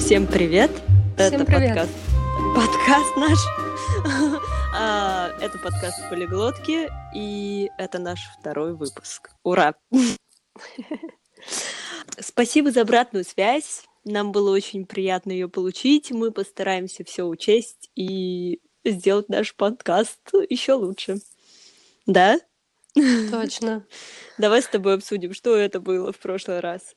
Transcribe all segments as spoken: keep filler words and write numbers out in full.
Всем привет! Всем Это привет. подкаст, подкаст наш. А, Это подкаст «Полиглотки», и это наш второй выпуск. Ура! Спасибо за обратную связь. Нам было очень приятно ее получить. Мы постараемся все учесть и сделать наш подкаст еще лучше. Да? Точно. Давай с тобой обсудим, что это было в прошлый раз.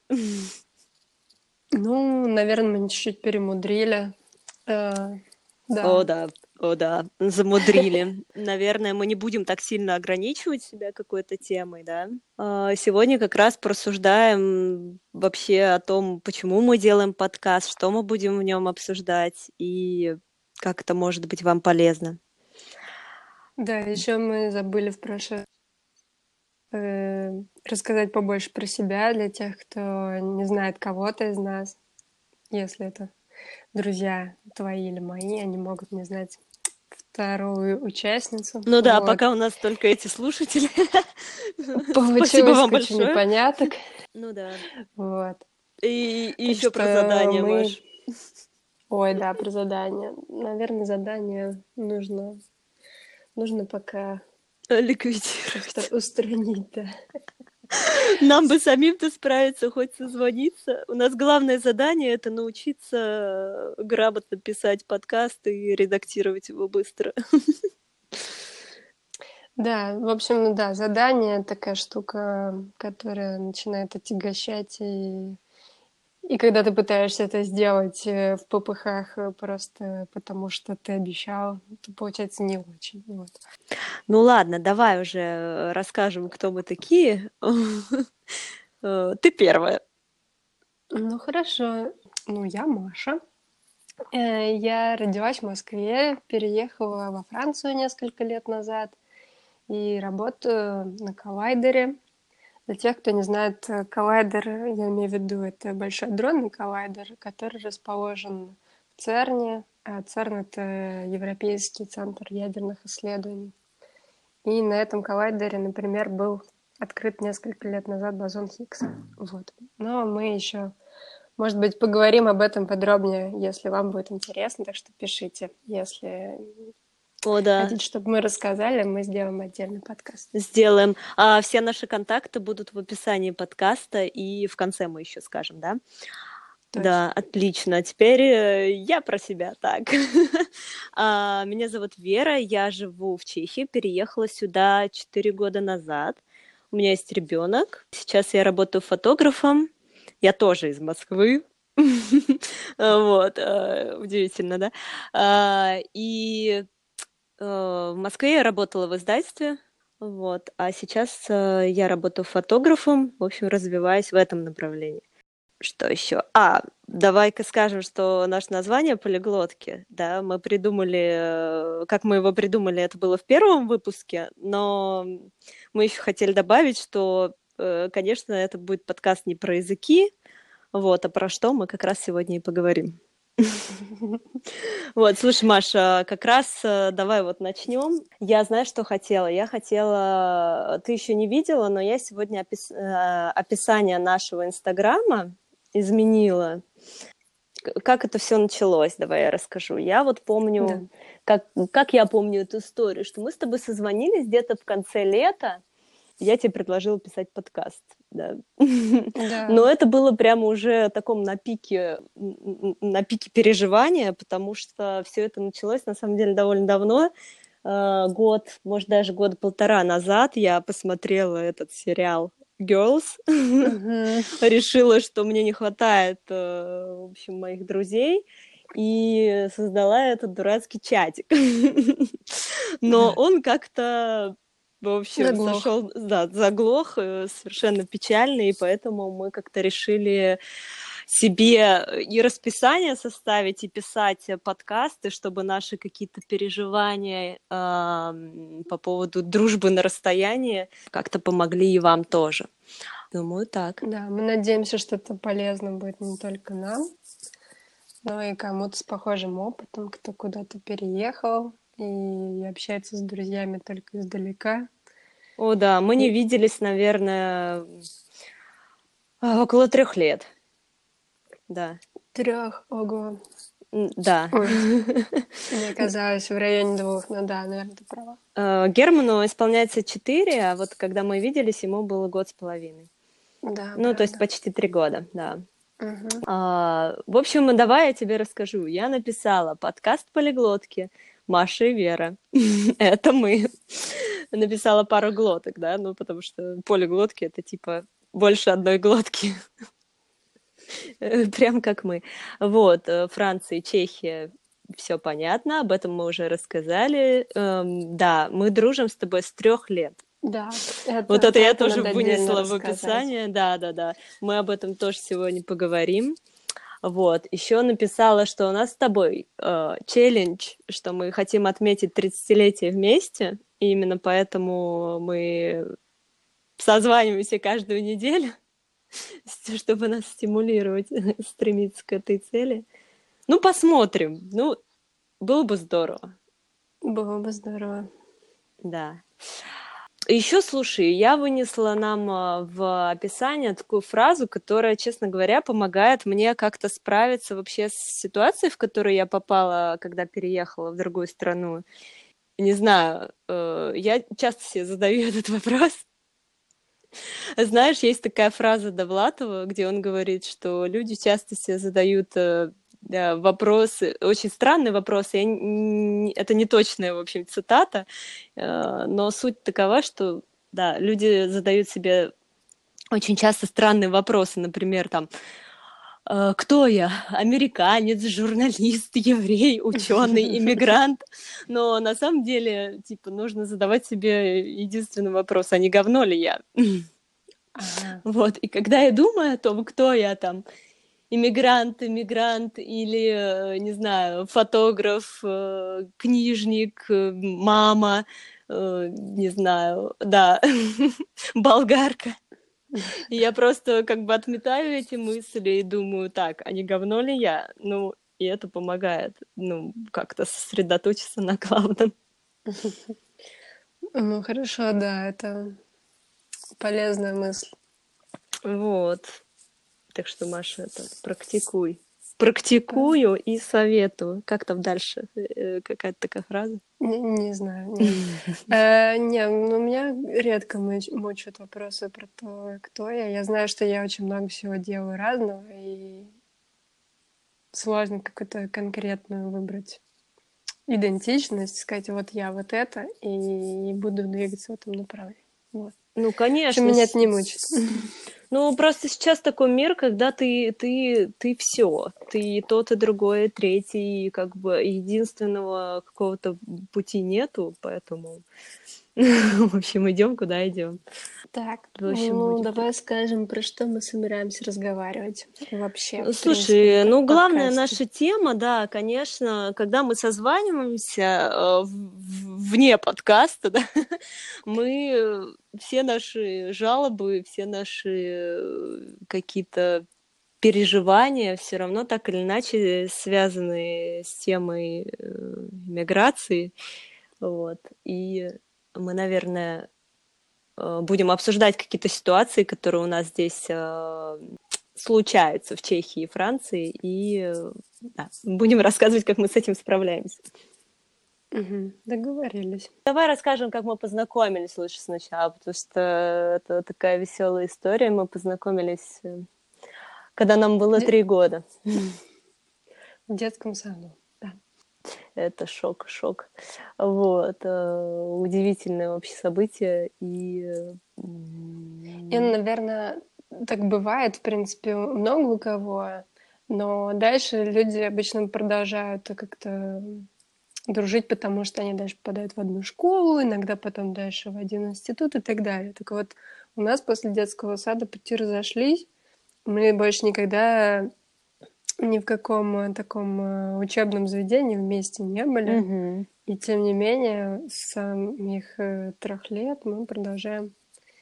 Ну, наверное, мы чуть-чуть перемудрили. Э, О, Да. да, о, да, замудрили. Наверное, мы не будем так сильно ограничивать себя какой-то темой, да. А, Сегодня как раз порассуждаем вообще о том, почему мы делаем подкаст, что мы будем в нем обсуждать и как это может быть вам полезно. Да, еще мы забыли в прошлый э, рассказать побольше про себя для тех, кто не знает кого-то из нас. Если это друзья твои или мои, они могут не знать вторую участницу. Ну да, Вот. пока у нас только эти слушатели. Спасибо Получилось вам куча большое. непоняток. Ну да. Вот. И, и Так еще про что задание, мы... Маш. Ой, да, про задание. Наверное, задание нужно, нужно пока Ликвидировать. устра- устранить, да. Нам бы самим-то справиться, хоть созвониться. У нас главное задание — это научиться грамотно писать подкаст и редактировать его быстро. Да, в общем, да, задание такая штука, которая начинает отягощать, и, и когда ты пытаешься это сделать э, в попыхах э, просто потому, что ты обещал, то получается не очень. Вот. Ну ладно, давай уже расскажем, кто мы такие. Э, Ты первая. Ну хорошо, ну я Маша. Э, Я родилась в Москве, переехала во Францию несколько лет назад и работаю на коллайдере. Для тех, кто не знает, э, коллайдер, я имею в виду, это большой адронный коллайдер, который расположен в ЦЕРНе. А ЦЕРН — это Европейский центр ядерных исследований. И на этом коллайдере, например, был открыт несколько лет назад бозон Хиггса. Вот. Но мы еще, может быть, поговорим об этом подробнее, если вам будет интересно. Так что пишите, если О, да, хотите, чтобы мы рассказали, мы сделаем отдельный подкаст. сделаем. А все наши контакты будут в описании подкаста, и в конце мы еще скажем, да? Да, Точно. отлично. Теперь э, я про себя. Так. А, Меня зовут Вера, я живу в Чехии, переехала сюда четыре года назад. У меня есть ребенок. Сейчас я работаю фотографом. Я тоже из Москвы. Вот, э, удивительно, да? А, И э, в Москве я работала в издательстве, вот, а сейчас э, я работаю фотографом, в общем, развиваюсь в этом направлении. Что еще? А, давай-ка скажем, что наше название «Полиглотки», да, мы придумали, э, как мы его придумали, это было в первом выпуске, но мы еще хотели добавить, что, э, конечно, это будет подкаст не про языки, вот, а про что мы как раз сегодня и поговорим. Вот, слушай, Маша, как раз э, давай вот начнем. Я знаю, что хотела. Я хотела, ты еще не видела, но я сегодня опис- э, описание нашего Инстаграма изменила. К- Как это все началось, давай я расскажу. Я вот Да. помню, как, как я помню эту историю, что мы с тобой созвонились где-то в конце лета, я тебе предложила писать подкаст, да. Да. Но это было прямо уже таком на пике, м, на пике переживания, потому что все это началось на самом деле довольно давно. Э, Год, может, даже года полтора назад я посмотрела этот сериал Girls, Мгм. решила, что мне не хватает, э, в общем, моих друзей, и создала этот дурацкий чатик. Но Да. он как-то, в общем, Заглох. сошел, да, заглох, э, совершенно печально, и поэтому мы как-то решили себе и расписание составить, и писать э, подкасты, чтобы наши какие-то переживания ам, по поводу дружбы на расстоянии как-то помогли и вам тоже. Думаю, так. Да, мы надеемся, что это полезно будет не только нам, но и кому-то с похожим опытом, кто куда-то переехал и общается с друзьями только издалека. О, да, мы не И виделись, наверное, а, около трех лет. Да. Четырех, ого. М, Да. Ой, мне казалось, в районе двух. Ну да, наверное, ты права. Э, Герману исполняется четыре, а вот когда мы виделись, ему было год с половиной. Да, Ну, то есть правда. почти три года, да. Мгм. А, в общем, давай я тебе расскажу. Я написала подкаст полиглотки Маша и Вера. Это мы. Написала пару глоток, да, ну, потому что полиглотки — это типа больше одной глотки. Прям как мы. Вот, э, Франция и Чехия, все понятно, об этом мы уже рассказали. Эм, да, мы дружим с тобой с трех лет. Да, Вот это это про я это тоже надо отдельно вынесла в рассказать. описание. Да, да, да. Мы об этом тоже сегодня поговорим. Вот. Еще написала, что у нас с тобой э, челлендж, что мы хотим отметить тридцатилетие вместе, и именно поэтому мы созваниваемся каждую неделю, чтобы нас стимулировать, стремиться к этой цели. Ну, посмотрим. Ну, было бы здорово. Было бы здорово. Да. Еще, слушай, я вынесла нам а, в описание такую фразу, которая, честно говоря, помогает мне как-то справиться вообще с ситуацией, в которую я попала, когда переехала в другую страну. Не знаю, э, я часто себе задаю этот вопрос. Знаешь, есть такая фраза Довлатова, где он говорит, что люди часто себе задают э, да, вопросы, очень странные вопросы. Я н- это не точная, в общем, цитата, э, но суть такова, что да, люди задают себе очень часто странные вопросы, например, там, э, кто я? Американец, журналист, еврей, ученый, иммигрант. Но на самом деле, типа, нужно задавать себе единственный вопрос: а не говно ли я? Ага. Вот, и когда я думаю о том, кто я там, иммигрант, иммигрант или, э, не знаю, фотограф, э, книжник, э, мама, э, не знаю, да, болгарка. И я просто как бы отметаю эти мысли и думаю: так, а не говно ли я? Ну, и это помогает, ну, как-то сосредоточиться на главном. Ну хорошо, да, это полезная мысль. Вот. Так что, Маша, это практикуй. Типа, Практикую и советую. Как там дальше? Э, Какая-то такая фраза? не, не знаю, нет. Э, не, ну, меня редко мыч- мучают вопросы про то, кто я. Я знаю, что я очень много всего делаю разного, и сложно какую-то конкретную выбрать идентичность, сказать, вот я вот это, и буду двигаться в этом направлении. Вот. Ну, В общем, конечно. меня с- это не мучит. Ну, просто сейчас такой мир, когда ты, ты, ты все. Ты и тот, и другое, и третий, и как бы единственного какого-то пути нету, поэтому, в общем, идем, куда идем. Так, В общем, ну будем давай так. скажем, про что мы собираемся разговаривать вообще, в принципе, Слушай, в ну главная подкасте. наша тема, да, конечно, когда мы созваниваемся э, в- в- вне подкаста, да, мы э, все наши жалобы, все наши э, какие-то переживания все равно так или иначе связаны с темой э, миграции, вот. И мы, наверное, э, будем обсуждать какие-то ситуации, которые у нас здесь э, случаются в Чехии и Франции, и э, да, будем рассказывать, как мы с этим справляемся. Мгм. Договорились. Давай расскажем, как мы познакомились лучше сначала, потому что это такая веселая история. Мы познакомились, э, когда нам было Де- три года. В детском саду. Да. Это шок, шок. Вот. э, Удивительное вообще событие. И э, И, м, наверное, так бывает, в принципе, много у кого, но дальше люди обычно продолжают как-то дружить, потому что они дальше попадают в одну школу, иногда потом дальше в один институт и так далее. Так вот, у нас после детского сада пути разошлись, мы больше никогда ни в каком э, таком э, учебном заведении вместе не были. мгм. И тем не менее, с самих э, трех лет мы продолжаем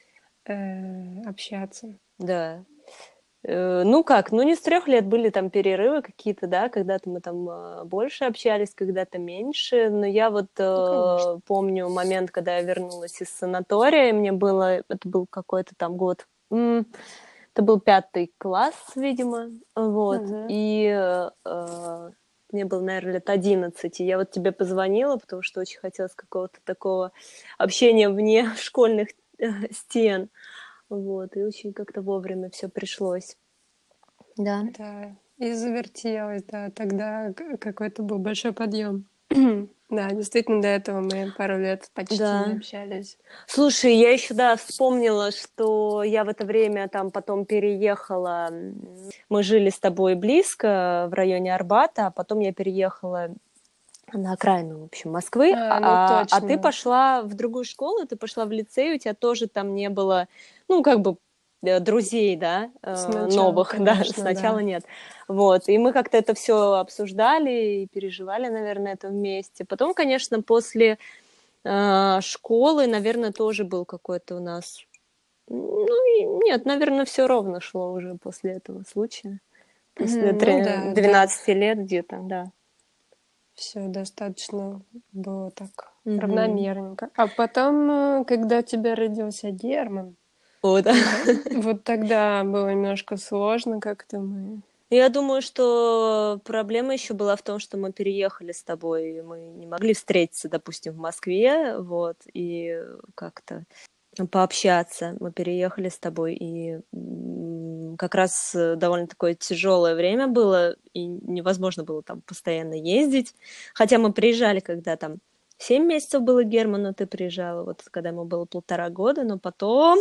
э, общаться. Да. Э, Ну как, ну не с трех лет были там перерывы какие-то, да, когда-то мы там э, больше общались, когда-то меньше, но я вот Ну, конечно. э, помню момент, когда я вернулась из санатория, и мне было, это был какой-то там год, м, Это был пятый класс, видимо, вот, Мгм. и э, мне было, наверное, лет одиннадцать, и я вот тебе позвонила, потому что очень хотелось какого-то такого общения вне школьных э, стен, вот, и очень как-то вовремя все пришлось. Да. Да, и завертелось, да, тогда к- какой-то был большой подъем. Да, действительно, до этого мы пару лет почти не Да. общались. Слушай, я еще, да, вспомнила, что я в это время там потом переехала. м, Мы жили с тобой близко в районе Арбата, а потом я переехала на окраину, в общем, Москвы, А, ну а, а ты точно. пошла в другую школу, ты пошла в лицей, у тебя тоже там не было, ну, как бы э, друзей, да, э, Сначала, новых, да, конечно, сначала да. нет. Вот, и мы как-то это все обсуждали и переживали, наверное, это вместе. Потом, конечно, после э, школы, наверное, тоже был какой-то у нас, ну, и нет, наверное, все ровно шло уже после этого случая, после Мгм, ну tre- да, да, двенадцати лет где-то, да. все достаточно было так Мгм. равномерненько. А потом, э, когда у тебя родился Герман, Вот. да, вот тогда было немножко сложно как-то мы. Я думаю, что проблема еще была в том, что мы переехали с тобой, и мы не могли встретиться, допустим, в Москве, вот, и как-то пообщаться. Мы переехали с тобой, и м, как раз э, довольно такое тяжелое время было, и невозможно было там постоянно ездить. Хотя мы приезжали, когда там семь месяцев было Герману, ты приезжала, вот когда ему было полтора года, но потом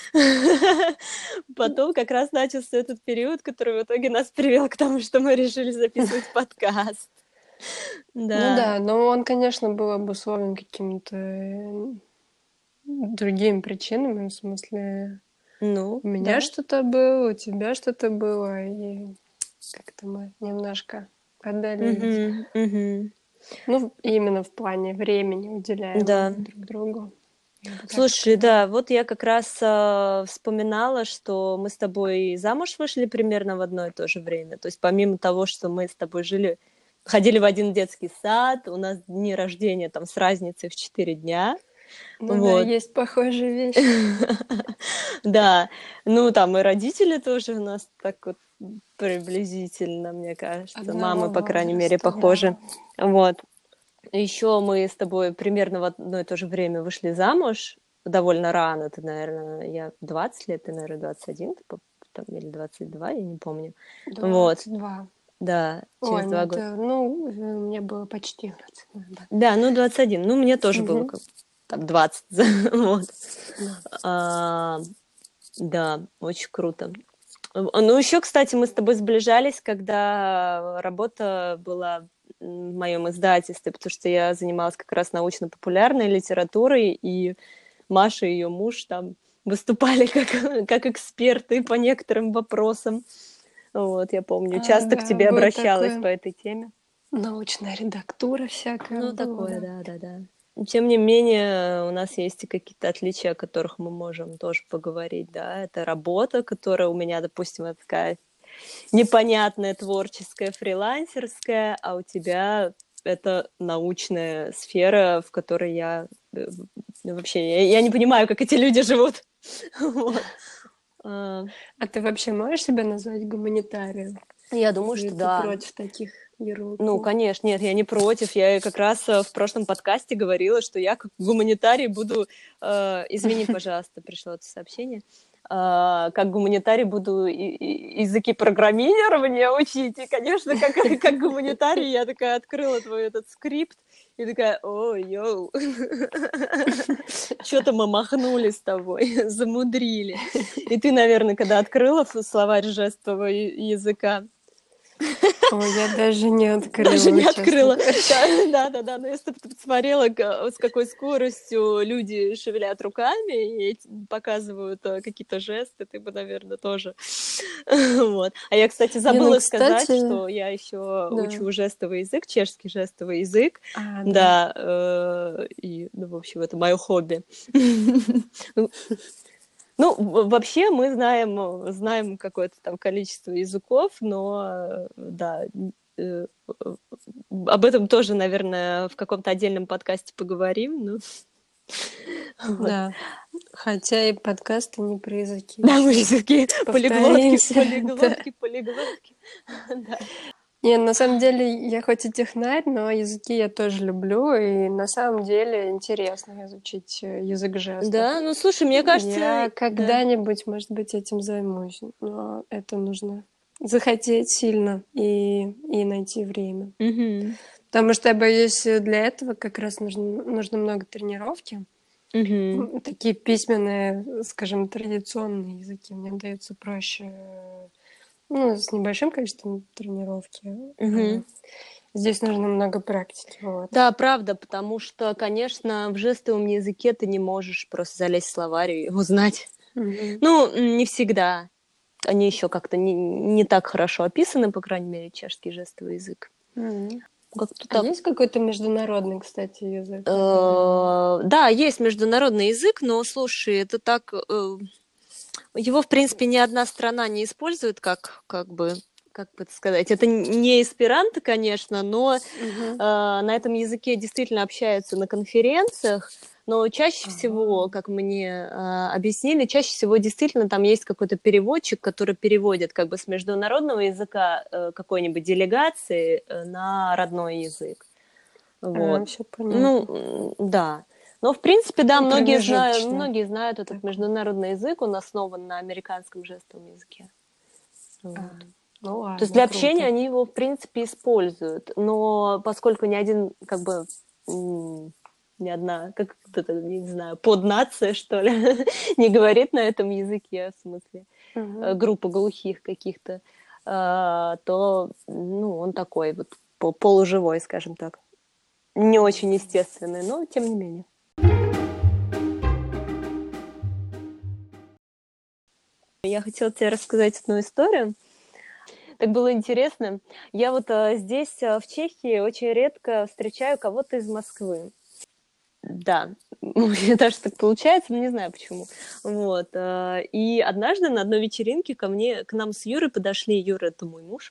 Потом как раз начался этот период, который в итоге нас привел к тому, что мы решили записывать подкаст. Ну Да, да, но он, конечно, был обусловлен какими-то э, другими причинами, в смысле, ну, у меня да. что-то было, у тебя что-то было, и как-то мы немножко отдалились. Мгм, мгм. Ну, именно в плане времени, уделяемого Да. друг другу, я бы так Слушай, сказала. да, вот я как раз а, вспоминала, что мы с тобой замуж вышли примерно в одно и то же время. То есть помимо того, что мы с тобой жили, ходили в один детский сад, у нас дни рождения там с разницей в четыре дня. Ну да, Вот. есть похожие вещи. Да, ну там и родители тоже у нас так вот приблизительно, мне кажется. Одного Мамы, по крайней мере, возраста, да. похожи. Вот. Еще мы с тобой примерно в одно и то же время вышли замуж. Довольно рано. Ты, наверное, я двадцать лет, ты, наверное, двадцать один, ты, по- там, или двадцать два, я не помню. Вот, двадцать два. да, Ой, через ну два года. это, ну, э, мне было почти двадцать два, да. Да, ну двадцать один. Ну, мне тоже было Мгм. как там двадцать. Вот. Да. А, да, очень круто. Ну, еще, кстати, мы с тобой сближались, когда работа была в моем издательстве, потому что я занималась как раз научно-популярной литературой, и Маша и ее муж там выступали как, как эксперты по некоторым вопросам. Вот, я помню, А, часто к да, тебе было обращалась по такое. этой теме. Научная редактура всякая Ну, была, такое, да. да, да, да. Тем не менее, у нас есть и какие-то отличия, о которых мы можем тоже поговорить, да. Это работа, которая у меня, допустим, это такая непонятная творческая фрилансерская, а у тебя это научная сфера, в которой я э, ну, вообще я, я не понимаю, как эти люди живут. Вот. А, А ты вообще можешь себя назвать гуманитарием? Я думаю, Или что ты да. против таких Ну, ярлыков? конечно, нет, я не против. Я как раз э, в прошлом подкасте говорила, что я как гуманитарий буду... э, извини, пожалуйста, пришло это сообщение. Э, как гуманитарий буду и- и- языки программирования учить. И, конечно, как, как гуманитарий я такая открыла твой этот скрипт и такая, о, йоу, что-то мы махнули с тобой, замудрили. И ты, наверное, когда открыла словарь жестового языка, Ой, я даже не даже не открыла, честно открыла. говоря. Да, да, да, да. Но если бы ты посмотрела, ка- с какой скоростью люди шевелят руками и эти- показывают э, какие-то жесты, ты бы, наверное, тоже. Вот. А я, кстати, Не, ну, забыла сказать, кстати, что я еще да. учу жестовый язык, чешский жестовый язык. А, да. Да, э, и, ну, в общем, это мое хобби. Ну, в- вообще мы знаем, э, знаем какое-то там количество языков, но э, да, э, э, об этом тоже, наверное, в каком-то отдельном подкасте поговорим. Ну, Вот. Да. Хотя и подкасты не про языки. Да, мы Ещё такие полиглотки, повторимся. Да. полиглотки, полиглотки. Да. Не, на самом деле, я хоть и технарь, но языки я тоже люблю, и на самом деле интересно изучить э, язык жестов. Да, ну слушай, мне кажется, Я да. когда-нибудь, может быть, этим займусь, но это нужно захотеть сильно и, и найти время. Мгм. Потому что я боюсь, э, для этого как раз нужно, нужно много тренировки. Мгм. М, Такие письменные, скажем, традиционные языки мне даются проще, э, ну, с небольшим количеством тренировки. А Мгм. здесь нужно много практики, вот. Да, правда, потому что, конечно, в жестовом языке ты не можешь просто залезть в словарь и узнать. Мгм. Ну, м, не всегда. Они еще как-то не, не так хорошо описаны, по крайней мере, чешский жестовый язык. Мгм. Как-то А так. есть какой-то международный, кстати, язык, который... Э, Да, есть международный язык, но слушай, это так. э, Его, в принципе, ни одна страна не использует, как, как бы, как бы это сказать. Это не эсперанто, конечно, но э, Мгм. на этом языке действительно общаются на конференциях. Но чаще всего, Ага. как мне э, объяснили, чаще всего действительно там есть какой-то переводчик, который переводит как бы с международного языка э, какой-нибудь делегации э, на родной язык. А, Вот. все Ну, понятно. м, да. Но, в принципе, да, Ну, многие знают, промежуточно многие знают этот такой. международный язык, он основан на американском жестовом языке. А, Вот. ну То есть ладно, для общения круто. они его, в принципе, используют. Но поскольку ни один, как бы, м, ни одна, как кто-то, не знаю, поднация, что ли, не говорит на этом языке, в смысле, э, Мгм. группа глухих каких-то, а, то, ну, он такой вот по- полуживой, скажем так. Не очень естественный, но тем не менее. Я хотела тебе рассказать одну историю. Так было интересно. Я вот а, здесь, а, в Чехии, очень редко встречаю кого-то из Москвы. Да, у меня даже так получается, но не знаю почему. Вот. а, И однажды на одной вечеринке ко мне, к нам с Юрой подошли. Юра — это мой муж.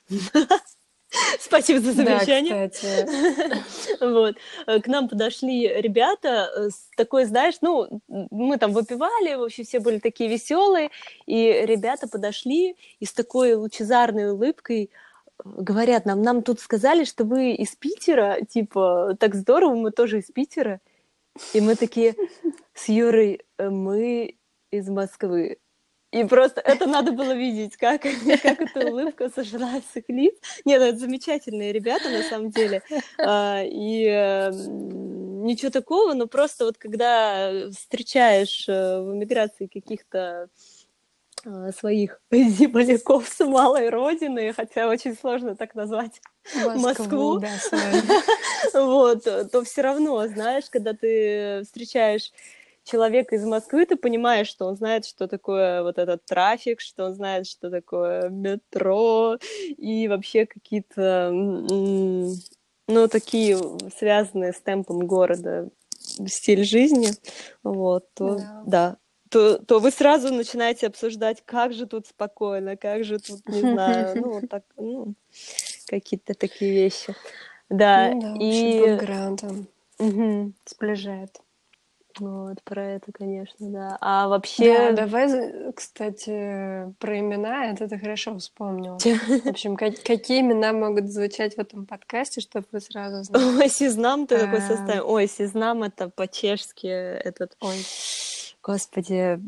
Спасибо за Да, замечание. кстати. Вот. Э, К нам подошли ребята э, с такой, знаешь, ну, м, мы там выпивали, в общем, все были такие веселые, и ребята подошли и с такой лучезарной улыбкой э, говорят нам: нам тут сказали, что вы из Питера, типа, так здорово, мы тоже из Питера. И мы такие с Юрой: «Э, мы из Москвы. И просто это надо было видеть, как, как эта улыбка сошла с их лиц. Нет, ну это замечательные ребята, на самом деле. А, И э, м, ничего такого, но просто вот когда встречаешь э, в эмиграции каких-то а, своих земляков с малой родины, хотя очень сложно так назвать Москву, Москву, да, свою. вот, то все равно, знаешь, когда ты встречаешь человека из Москвы, ты понимаешь, что он знает, что такое вот этот трафик, что он знает, что такое метро и вообще какие-то, м, ну, такие связанные с темпом города стиль жизни, вот, то, Да. да, то, то вы сразу начинаете обсуждать, как же тут спокойно, как же тут, не знаю, ну, вот так, ну, какие-то такие вещи. Да, Ну да, общий и бэкграунд он мгм, сближает. вот про это, конечно, да. А Да, вообще, давай, за- кстати, про имена, это ты хорошо вспомнил. В общем, ка- какие имена могут звучать в этом подкасте, чтобы вы сразу знали. ой, Сизнам ты какой А, составил? Ой, Сизнам — это по-чешски этот, ой, господи,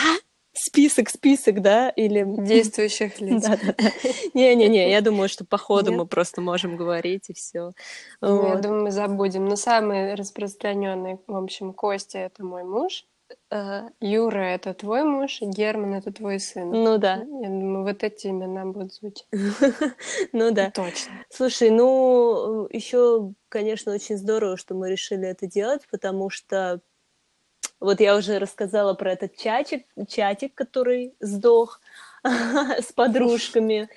список, список, да? Или действующих лиц. да-да-да. Не-не-не, я думаю, что по ходу Нет? мы просто можем говорить, и все. Ну, я Вот. думаю, мы забудем. Но самый распространенный, в общем, Костя — это мой муж. А, Юра — это твой муж, и Герман — это твой сын. ну да. Я думаю, вот эти имена будут звучать. Ну да. Точно. Слушай, ну, еще, конечно, очень здорово, что мы решили это делать, потому что вот я уже рассказала про этот чатик, чатик, который сдох с подружками.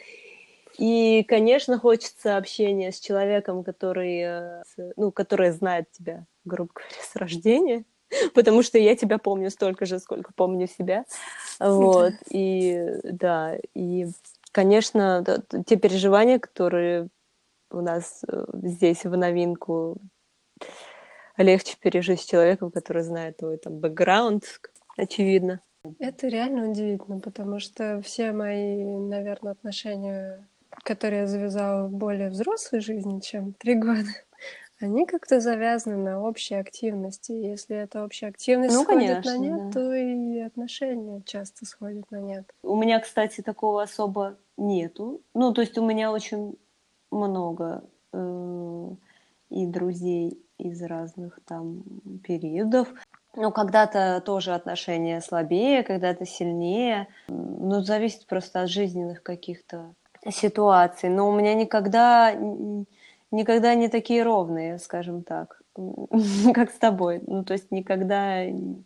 И, конечно, хочется общения с человеком, который, э, с- ну, который знает тебя, грубо говоря, с рождения, потому что я тебя помню столько же, сколько помню себя. Вот. Да. И да, и, конечно, т- т- те переживания, которые у нас э, здесь в новинку легче пережить с человеком, который знает твой там бэкграунд, очевидно. Это реально удивительно, потому что все мои, наверное, отношения, которые я завязала в более взрослой жизни, чем три года, они как-то завязаны на общей активности. Если эта общая активность Ну, сходит на конечно, нет, да. то и отношения часто сходят на нет. У меня, кстати, такого особо нету. Ну, то есть у меня очень много э, и друзей из разных там периодов. Ну, когда-то тоже отношения слабее, когда-то сильнее. Ну, зависит просто от жизненных каких-то ситуаций. Но у меня никогда, никогда не такие ровные, скажем так, как с тобой. Ну, то есть никогда...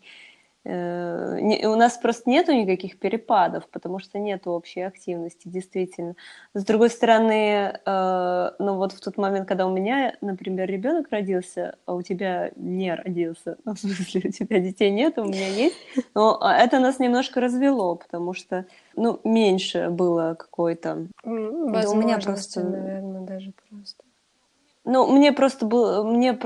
Э, не, у нас просто нету никаких перепадов, потому что нету общей активности, действительно. С другой стороны, э, ну вот в тот момент, когда у меня, например, ребенок родился, а у тебя не родился, ну, в смысле, у тебя детей нет, у меня есть, но это нас немножко развело, потому что, ну, меньше было какой-то... Да у меня Возможности, просто... наверное, даже просто. Ну, мне просто было, мне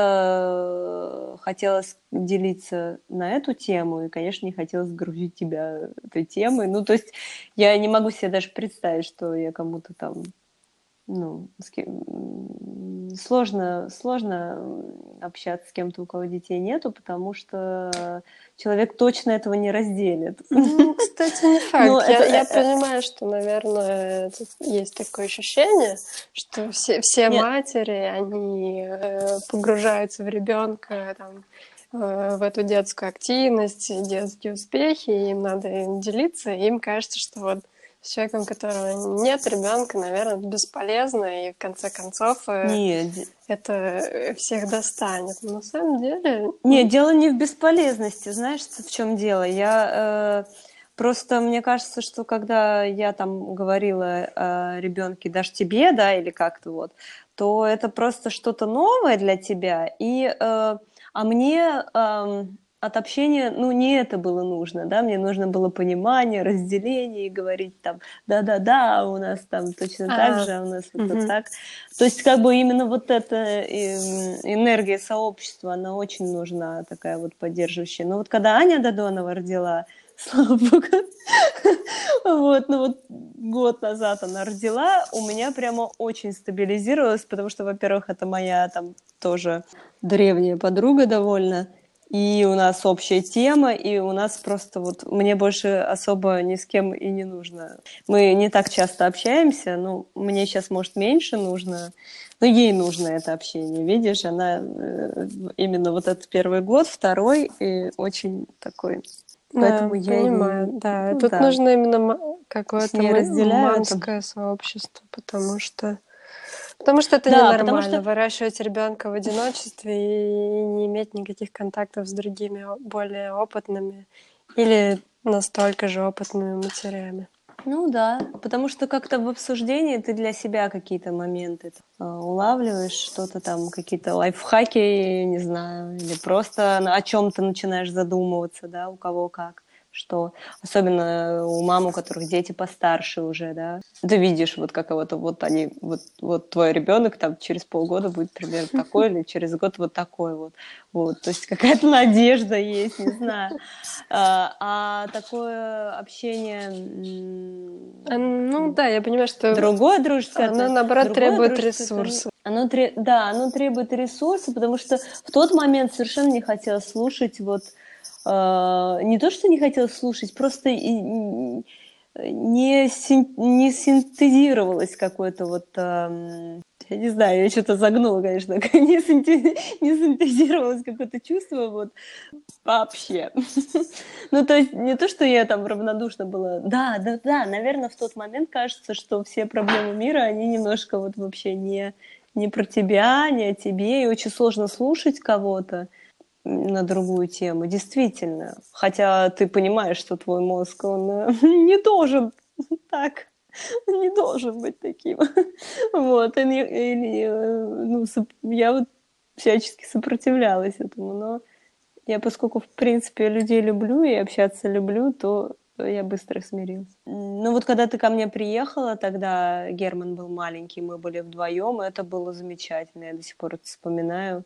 просто хотелось делиться на эту тему, и, конечно, не хотелось грузить тебя этой темой. Ну, то есть я не могу себе даже представить, что я кому-то там, ну, с кем... сложно, сложно общаться с кем-то, у кого детей нету, потому что человек точно этого не разделит. Ну, кстати, не Ну, факт. Я, это... я понимаю, что, наверное, тут есть такое ощущение, что все, все Нет, матери, они э, погружаются в ребенка там, э, в эту детскую активность, детские успехи, и им надо им делиться, и им кажется, что вот с человеком, у которого нет ребенка, наверное, это бесполезно, и в конце концов э, нет. это всех достанет. Но на самом деле... Нет, дело не в бесполезности, знаешь, в чем дело? Я э, просто, мне кажется, что когда я там говорила о ребенке «дашь тебе», да, или как-то вот, то это просто что-то новое для тебя, и, э, а мне э, от общения, ну, не это было нужно, да, мне нужно было понимание, разделение, и говорить там «да-да-да, у нас там точно так А, же, а у нас это угу. так». То есть как бы именно вот эта энергия сообщества, она очень нужна, такая вот поддерживающая. Но вот когда Аня Додонова родила, слава богу, вот, ну вот год назад она родила, у меня прямо очень стабилизировалось, потому что, во-первых, это моя там тоже древняя подруга довольно, и у нас общая тема, и у нас просто вот мне больше особо ни с кем и не нужно. Мы не так часто общаемся, ну, мне сейчас, может, меньше нужно, но ей нужно это общение, видишь, она э, именно вот этот первый год, второй, и очень такой, Да, поэтому я понимаю, ей, да. ну Тут да, нужно именно ма- с какое-то ней ма- разделяю это. мамское сообщество, потому что, потому что это Да, потому ненормально что выращивать ребенка в одиночестве и не иметь никаких контактов с другими о- более опытными или настолько же опытными матерями. ну да, потому что как-то в обсуждении ты для себя какие-то моменты э, улавливаешь, что-то там, какие-то лайфхаки, не знаю, или просто на- о чем-то начинаешь задумываться, да, у кого как, что. Особенно у мам, у которых дети постарше уже, да. Ты видишь, вот как вот, вот они, вот, вот твой ребенок там через полгода будет примерно такой, или через год вот такой вот. Вот, то есть какая-то надежда есть, не знаю. А, а такое общение А, ну да, я понимаю, что другое дружеское, оно, отно- наоборот, другое требует дружеское, отно- ресурсов. оно, тре- да, оно требует ресурса, потому что в тот момент совершенно не хотелось слушать вот э, не то, что не хотелось слушать, просто и- и- не, син- не синтезировалось какое-то вот эм, я не знаю, я что-то загнула, конечно, не, синте- не синтезировалось какое-то чувство вот вообще. Ну, то есть не то, что я там равнодушна была. Да, да, да, наверное, в тот момент кажется, что все проблемы мира, они немножко вот вообще не, не про тебя, не о тебе, и очень сложно слушать кого-то на другую тему, действительно. Хотя ты понимаешь, что твой мозг, он э, не должен так, он не должен быть таким. Вот, и, и, э, ну, соп- я вот всячески сопротивлялась этому, но я, поскольку, в принципе, людей люблю и общаться люблю, то я быстро смирилась. Ну вот когда ты ко мне приехала, тогда Герман был маленький, мы были вдвоем, это было замечательно, я до сих пор это вспоминаю.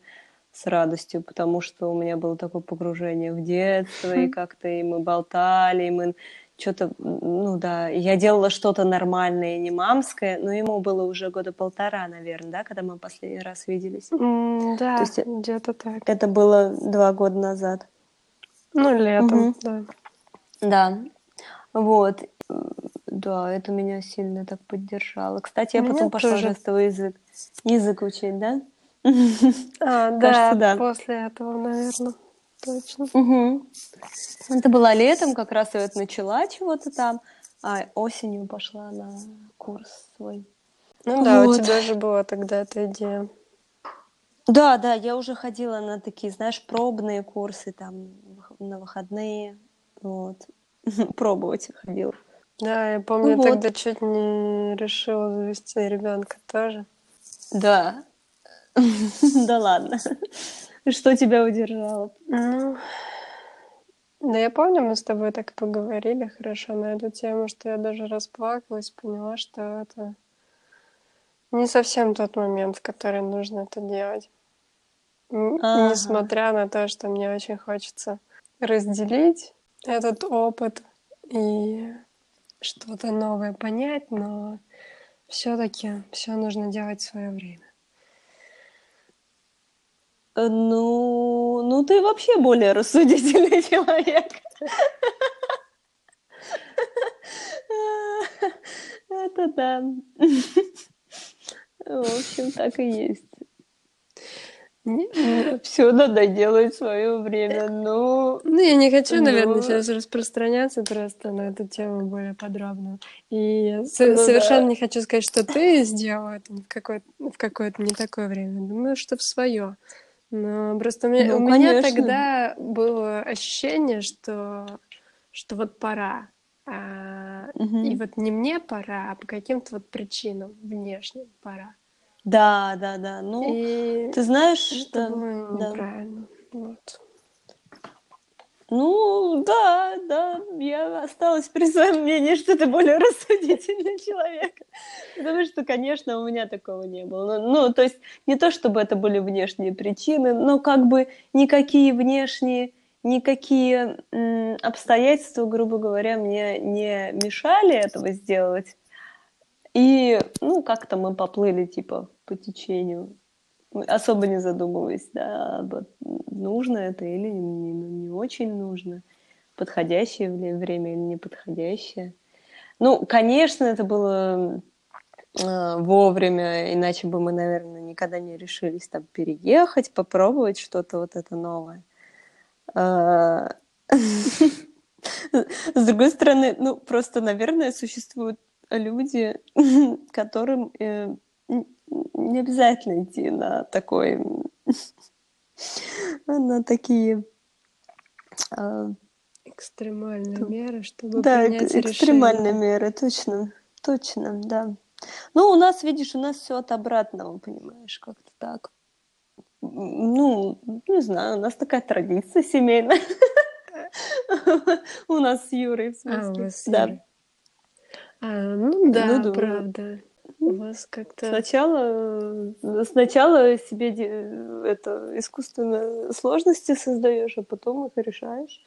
с радостью, потому что у меня было такое погружение в детство, и как-то и мы болтали, и мы что-то, ну да, я делала что-то нормальное и не мамское, но ему было уже года полтора, наверное, да, когда мы последний раз виделись. М, То Да, есть э- где-то так. это было два года назад. Ну, летом, Мгм. да. Да, вот. Да, это меня сильно так поддержало. Кстати, я Меня потом пошла тоже. жестовый язык, язык учить, да? А, Кажется, да, да. после этого, наверное. Точно. Мгм. Это было летом, как раз я вот начала чего-то там, а осенью пошла на курс свой. Ну да, у Вот. тебя же была тогда эта идея. Да, да, я уже ходила на такие, знаешь, пробные курсы там вых- на выходные. Вот. Пробовать ходила. Да, я Ну помню, вот. тогда чуть не решила завести ребенка тоже. Да. Да ладно. Что тебя удержало? Ну, да я помню, мы с тобой так и поговорили хорошо на эту тему, что я даже расплакалась, поняла, что это не совсем тот момент, в который нужно это делать. Н- Ага. Несмотря на то, что мне очень хочется разделить этот опыт и что-то новое понять, но все-таки все нужно делать в свое время. Э, Ну, ну ты вообще более рассудительный человек. Это да. В общем, так и есть. Не- не- Все надо делать в свое время. Ну, Ну, я не хочу, наверное, ну, сейчас распространяться просто на эту тему более подробно. И со- ну совершенно да. не хочу сказать, что ты сделала это в какое-то, в какое-то не такое время. Думаю, что в свое. Но просто у меня, у Ну, меня конечно. тогда было ощущение, что, что вот пора. А, и Мгм. вот не мне пора, а по каким-то вот причинам внешним пора. Да, да, да. Ну, И ты знаешь, это да, было да. неправильно. Вот. Ну, да, да, я осталась при своем мнении, что ты более рассудительный человек. Потому что, конечно, у меня такого не было. Ну, ну, то есть не то, чтобы это были внешние причины, но как бы никакие внешние, никакие м, обстоятельства, грубо говоря, мне не мешали этого сделать. И, ну, как-то мы поплыли, типа, по течению, особо не задумываясь, да, об- нужно это или не, не очень нужно, подходящее вре- время или неподходящее. Ну, конечно, это было э, вовремя, иначе бы мы, наверное, никогда не решились там переехать, попробовать что-то вот это новое. А, С другой стороны, ну, просто, наверное, существуют люди, которым э, н- не обязательно идти на такой, м, на такие, а, Экстремальные т- меры, чтобы да, эк- принять экстремальные решение. меры, точно, точно, да. Ну, у нас, видишь, у нас все от обратного, понимаешь, как-то так. М, Ну, не знаю, у нас такая традиция семейная. У нас с Юрой, в А, у смысле, вас с да. Юрой. А, ну Ну, да, думаю, правда. У вас как-то... Сначала, э, сначала себе де- это искусственно сложности создаешь, а потом их решаешь.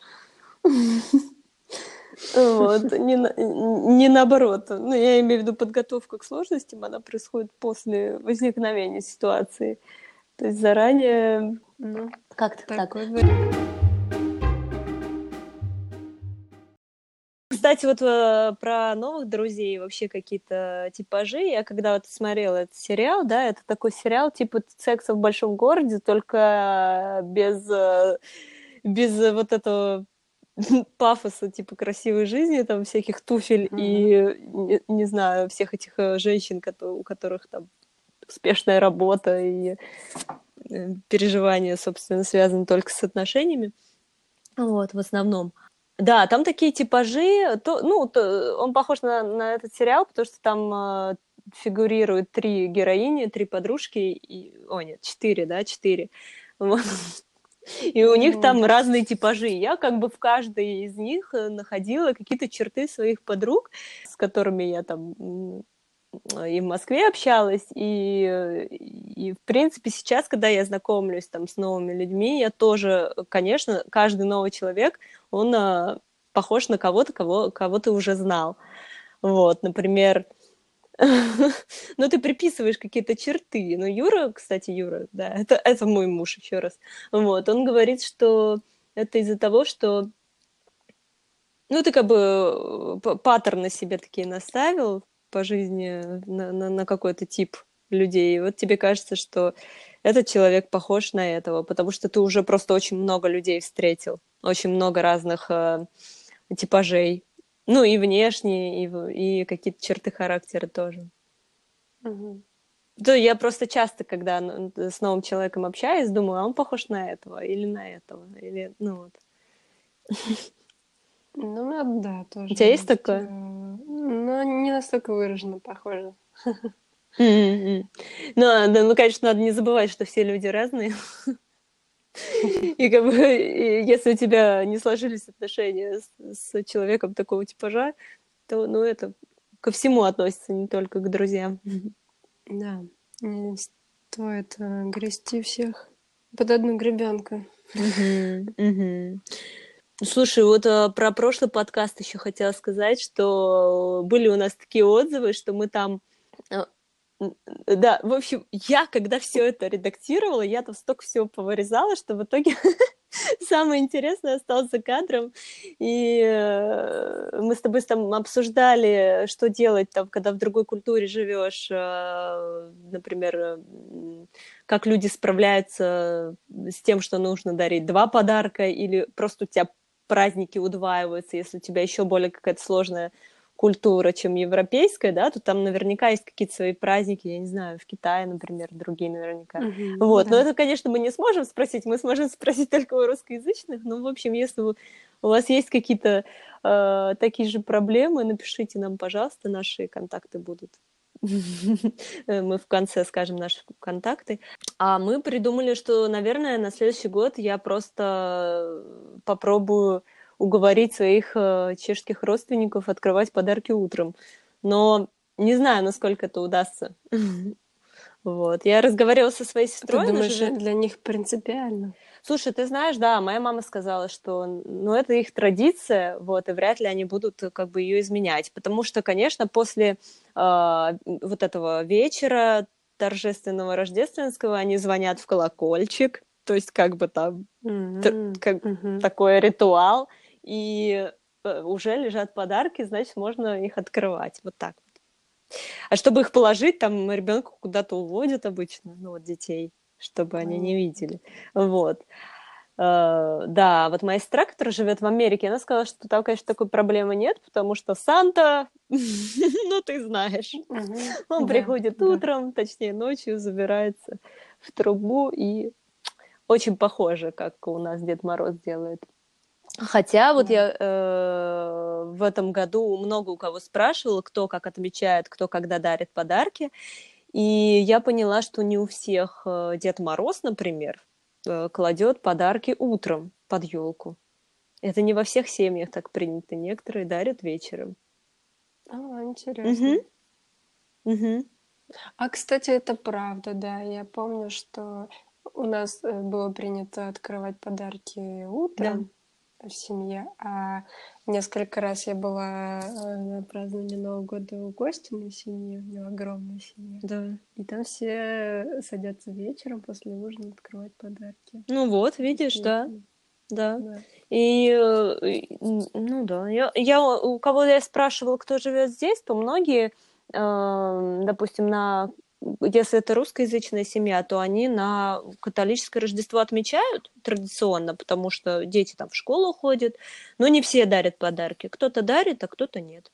Вот, не, на- не наоборот. Ну, я имею в виду подготовка к сложностям, она происходит после возникновения ситуации. То есть заранее Ну, как-то так. такой вариант. Кстати, вот э, про новых друзей, вообще какие-то типажи. Я когда вот смотрела этот сериал, да, это такой сериал типа «Секса в большом городе», только без, э, без э, вот этого пафоса, типа красивой жизни, там всяких туфель Мгм. и, не, не знаю, всех этих э, женщин, кото- у которых там успешная работа и э, переживания, собственно, связаны только с отношениями. Вот, в основном. Да, там такие типажи, то, ну, то, он похож на, на этот сериал, потому что там э, фигурируют три героини, три подружки, и, о нет, четыре, да, четыре. Вот. И у них Мгм. там разные типажи. Я как бы в каждой из них э, находила какие-то черты своих подруг, с которыми я там м, и в Москве общалась, и, и, в принципе, сейчас, когда я знакомлюсь там с новыми людьми, я тоже, конечно, каждый новый человек, он а, похож на кого-то, кого, кого ты уже знал. Вот, например, ну, ты приписываешь какие-то черты. Ну, Юра, кстати, Юра, да, это, это мой муж, еще раз. Вот, он говорит, что это из-за того, что, ну, ты как бы п- паттерны себе такие наставил по жизни на, на, на какой-то тип людей. И вот тебе кажется, что этот человек похож на этого, потому что ты уже просто очень много людей встретил, очень много разных э, типажей. Ну, и внешние, и, в- и какие-то черты характера тоже. Мгм. Да, я просто часто, когда ну, с новым человеком общаюсь, думаю, а он похож на этого или на этого, или, ну вот. Ну, ну да, У тоже тебя есть есть. э, такое? Но не настолько выраженно похоже. М-м-м. Ну, а, да, ну, конечно, надо не забывать, что все люди разные. И как бы, и если у тебя не сложились отношения с, с человеком такого типажа, то, ну, это ко всему относится, не только к друзьям. Да, не стоит э, грести всех под одну гребенку. Мгм, мгм. Слушай, вот а, про прошлый подкаст еще хотела сказать, что были у нас такие отзывы, что мы там... а, м, Да, в общем, я, когда все это редактировала, я там столько всего повырезала, что в итоге самое интересное осталось за кадром. И э, мы с тобой там обсуждали, что делать, там, когда в другой культуре живешь, э, например, э, м, как люди справляются с тем, что нужно дарить два подарка, или просто у тебя праздники удваиваются, если у тебя еще более какая-то сложная культура, чем европейская, да, то там наверняка есть какие-то свои праздники, я не знаю, в Китае, например, другие наверняка. Мгм, Вот, но да. это, конечно, мы не сможем спросить, мы сможем спросить только у русскоязычных, но, в общем, если вы, у вас есть какие-то э, такие же проблемы, напишите нам, пожалуйста, наши контакты будут. Мы в конце скажем наши контакты. А мы придумали, что, наверное, на следующий год я просто попробую уговорить своих э, чешских родственников открывать подарки утром. Но не знаю, насколько это удастся. Вот. Я разговаривала со своей Ты сестрой, она думаешь, живет... для них принципиально? Слушай, ты знаешь, да, моя мама сказала, что ну, это их традиция, вот, и вряд ли они будут э, как бы ее изменять. Потому что, конечно, после э, вот этого вечера торжественного рождественского они звонят в колокольчик, то есть как бы там т- Мгм, как мгм. такой ритуал, и э, уже лежат подарки, значит, можно их открывать. Вот так. А чтобы их положить, там ребенка куда-то уводят обычно, ну вот детей, чтобы они не Понятно. видели. Вот. Э, Да, вот моя сестра, которая живет в Америке, она сказала, что там, конечно, такой проблемы нет, потому что Санта, ну ты знаешь, Мгм. он Да, приходит да. утром, точнее ночью, забирается в трубу, и очень похоже, как у нас Дед Мороз делает. Хотя вот Да. я э, в этом году много у кого спрашивала, кто как отмечает, кто когда дарит подарки. И я поняла, что не у всех э, Дед Мороз, например, э, кладет подарки утром под елку. Это не во всех семьях так принято. Некоторые дарят вечером. А, Угу, интересно. угу, А, кстати, это правда, да. Я помню, что у нас э, было принято открывать подарки да, утром в семье, а несколько раз я была э, на праздновании Нового года у Костиной семьи, у него огромная семья. да. И там все садятся вечером после ужина открывать подарки. Ну вот, видишь, да, Действительно, да. да. И, э, и, н- ну да, я, я у кого я спрашивала, кто живет здесь, то многие, э, допустим, на если это русскоязычная семья, то они на католическое Рождество отмечают традиционно, потому что дети там в школу ходят, но не все дарят подарки. Кто-то дарит, а кто-то нет.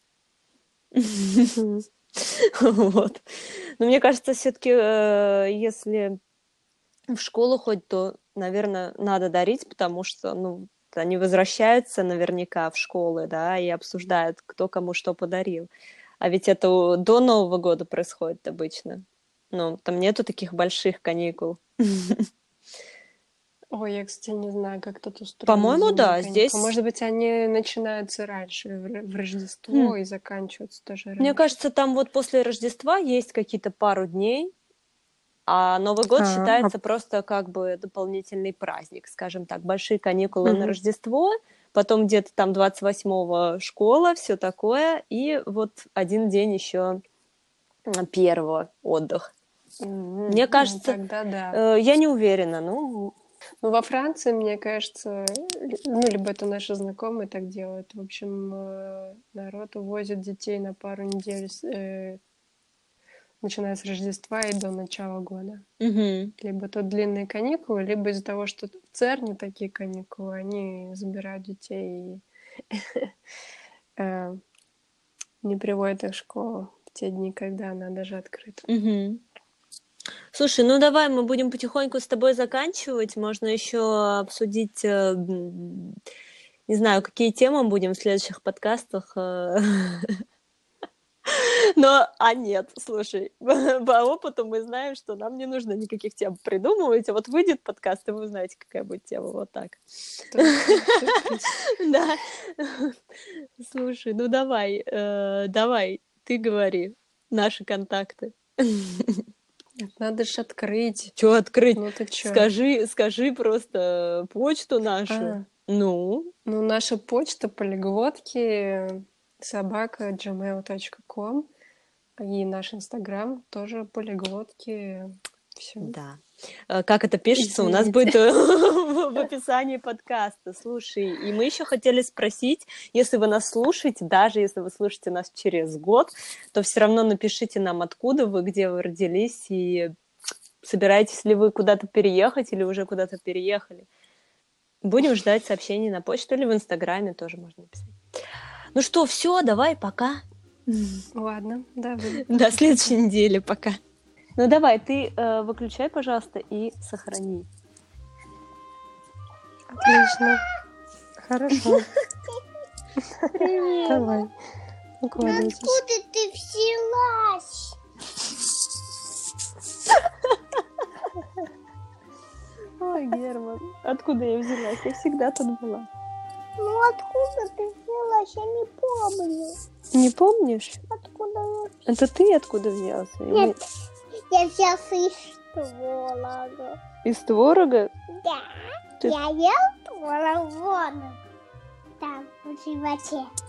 Мгм. Вот. Но мне кажется, все-таки, если в школу ходят, то, наверное, надо дарить, потому что, ну, они возвращаются наверняка в школы, да, и обсуждают, кто кому что подарил. А ведь это у- до Нового года происходит обычно. Ну, там нету таких больших каникул. Ой, я, кстати, не знаю, как тут устроены По-моему, зимние да, каникулы. здесь... Может быть, они начинаются раньше, в Р- в Хм. Рождество, и заканчиваются тоже Мне раньше. кажется, там вот после Рождества есть какие-то пару дней, а Новый год А, а, считается просто как бы дополнительный праздник, скажем так. Большие каникулы на мгм. Рождество, потом где-то там двадцать восьмого школа, все такое, и вот один день еще первого отдых. Мгм. Мне Ну, кажется, тогда да. э, я не уверена, ну, Ну, во Франции, мне кажется, ли- ну, либо это наши знакомые так делают. В общем, э, народ увозит детей на пару недель, с- э, начиная с Рождества и до начала года. мгм. Либо тут длинные каникулы, либо из-за того, что в ЦЕРНе такие каникулы, они забирают детей и э, не приводят их в школу в те дни, когда она даже открыта. Мгм. Слушай, ну давай мы будем потихоньку с тобой заканчивать. Можно еще обсудить, э, м, не знаю, какие темы будем в следующих подкастах. э. Но, а нет, слушай, по опыту мы знаем, что нам не нужно никаких тем придумывать. А вот выйдет подкаст, и вы узнаете, какая будет тема. Вот так. Точно, сюрприз. Да. Слушай, ну давай, э, давай, ты говори наши контакты. Надо же открыть. Чё открыть? Ну ты чё? Скажи, скажи просто почту нашу. А, Ну, ну наша почта полиглотки собака gmail точка com и наш инстаграм тоже полиглотки. Все. да. Э, Как это пишется, у нас будет Извините. э, в в описании подкаста. Слушай, и мы еще хотели спросить, если вы нас слушаете, даже если вы слушаете нас через год, то все равно напишите нам, откуда вы, где вы родились, и собираетесь ли вы куда-то переехать или уже куда-то переехали. Будем ждать сообщений на почту или в Инстаграме тоже можно написать. Ну что, все, давай, пока. Ладно, да, вы- До следующей недели, пока. Ну давай, ты э, выключай, пожалуйста, и сохрани. отлично. Хорошо. Привет. Давай, укладывайтесь. Откуда ты взялась? Ой, Герман, откуда я взялась? Я всегда тут была. Ну откуда ты взялась? Я не помню. Не помнишь? Откуда я... Это ты откуда взялся? И мы- Нет, я взялся из творога. Из творога? Да, Ты- я ел творог вон. Там, в животе.